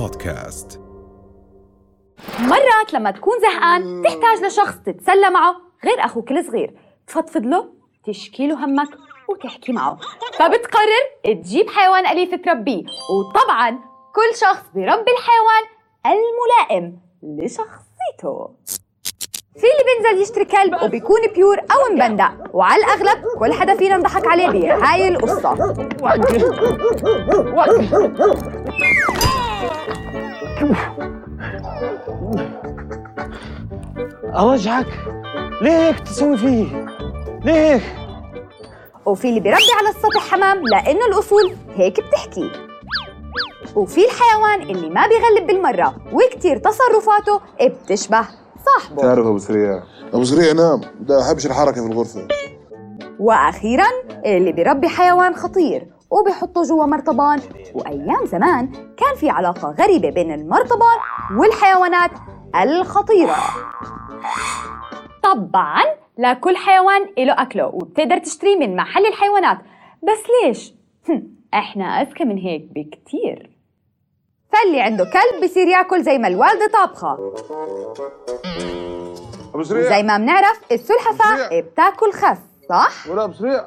بودكاست. مرات لما تكون زهقان تحتاج لشخص تتسلى معه غير أخوك الصغير، تفضفض له، تشكي له همك وتحكي معه. فبتقرر تجيب حيوان أليف تربيه، وطبعا كل شخص بيربي الحيوان الملائم لشخصيته. في اللي بينزل يشتري كلب وبيكون بيور أو مبندع، وعلى الأغلب كل حدا فينا نضحك عليه بهاي القصة. أوجعك؟ ليه هيك تسوي فيه؟ ليه هيك؟ وفي اللي بيربي على السطح حمام لأنه الأصول هيك بتحكي. وفي الحيوان اللي ما بيغلب بالمرة وكتير تصرفاته بتشبه صاحبه. تعرف أبو سريع نام، ده أحبش الحركة في الغرفة. وأخيراً اللي بيربي حيوان خطير وبيحطه جوا مرطبان. وأيام زمان كان في علاقة غريبة بين المرطبان والحيوانات الخطيرة. طبعاً لكل حيوان له أكله وبتقدر تشتريه من محل الحيوانات، بس ليش؟ إحنا أذكى من هيك بكتير. فاللي عنده كلب بيصير ياكل زي ما الوالدة طابخة. أبو سريع، زي ما بنعرف السلحفاة بتاكل خس، صح؟ ولا أبو سريع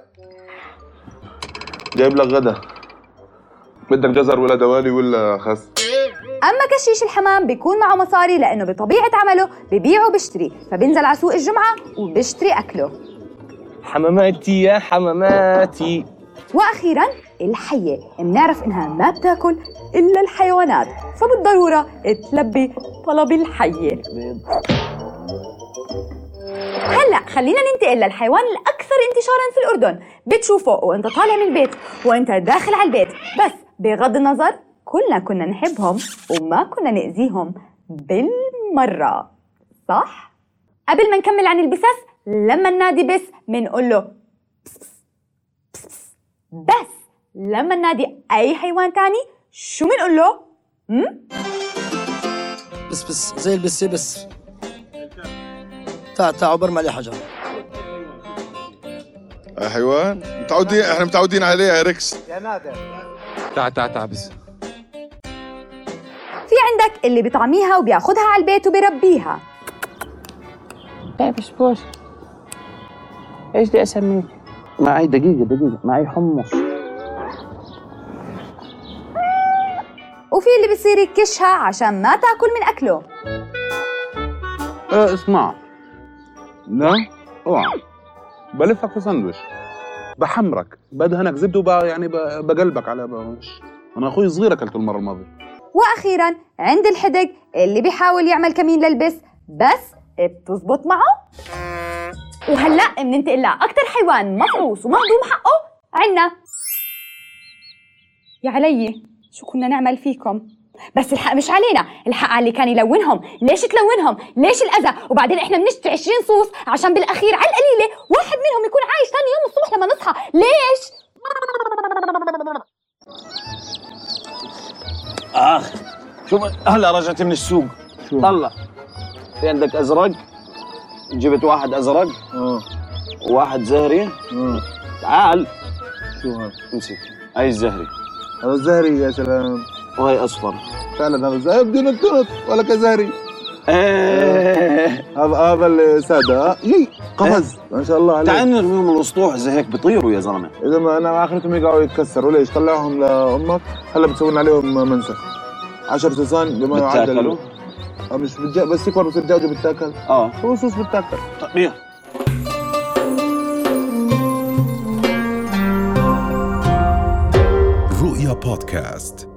جايب لك غدا. بدك جزر ولا دوالي ولا خس؟ أما كشيش الحمام بيكون معه مصاري لأنه بطبيعة عمله ببيع وبشتري، فبينزل على سوق الجمعة وبشتري أكله. حماماتي يا حماماتي. وأخيراً الحية بنعرف إنها ما بتاكل إلا الحيوانات، فبالضرورة تلبي طلب الحية. هلأ خلينا ننتقل للحيوان الأكثر انتشاراً في الأردن. بتشوفه وأنت طالع من البيت وأنت داخل على البيت، بس بغض النظر كلنا كنا نحبهم وما كنا نأذيهم بالمرة، صح؟ قبل ما نكمل عن البسس، لما ننادي بس منقول له بس بس بس بس. بس لما ننادي أي حيوان تاني شو منقول له؟ بس بس زي البسة بس. تعال عبر ما لي حجر. حيوان احنا متعودين عليه يا ريكس. يا نادر. تعال بس. في عندك اللي بيطعميها وبياخدها على البيت وبيربيها. بس بوس، ايش بدي اسميك؟ معي دقيقة معي حمص. وفي اللي بيصير يكشها عشان ما تاكل من أكله. اسمع، لا اوعى بلفك في ساندويش، بحمرك، بدهنك زبده يعني بقلبك على انا اخوي صغير اكلته المره الماضيه. واخيرا عند الحدق اللي بيحاول يعمل كمين للبس بس بتزبط معه. وهلا بننتقل لأكتر حيوان مفروس ومهضوم حقه عنا. يا علي شو كنا نعمل فيكم؟ بس الحق مش علينا، الحق على اللي كان يلونهم. ليش تلونهم؟ ليش الأذى؟ وبعدين إحنا بنشتري 20 صوص عشان بالأخير على القليلة واحد منهم يكون عايش ثاني يوم الصبح لما نصحى. ليش؟ شوف هلا رجعت من السوق. طلع في عندك أزرق، جبت واحد أزرق وواحد زهري. تعال شو هذا؟ امسك، هاي الزهري. هذا الزهري يا سلام. وهي أصفر. فعلا هذا الزهري بدون التنط ولا كزهري. هذا السادة قفز ما شاء الله عليه. تعال نرميهم الأسطوح زي هيك بيطيروا يا زلمة. إذا ما أنا آخرتهم يقعوا يتكسروا. ليش طلعهم لأمك؟ هلا بتسوين عليهم منسف 10 سوسان بما يعادل. مش بس يكبر بس الدجاج بتاكل. هو صوص بتاكل. طيب رؤيا بودكاست.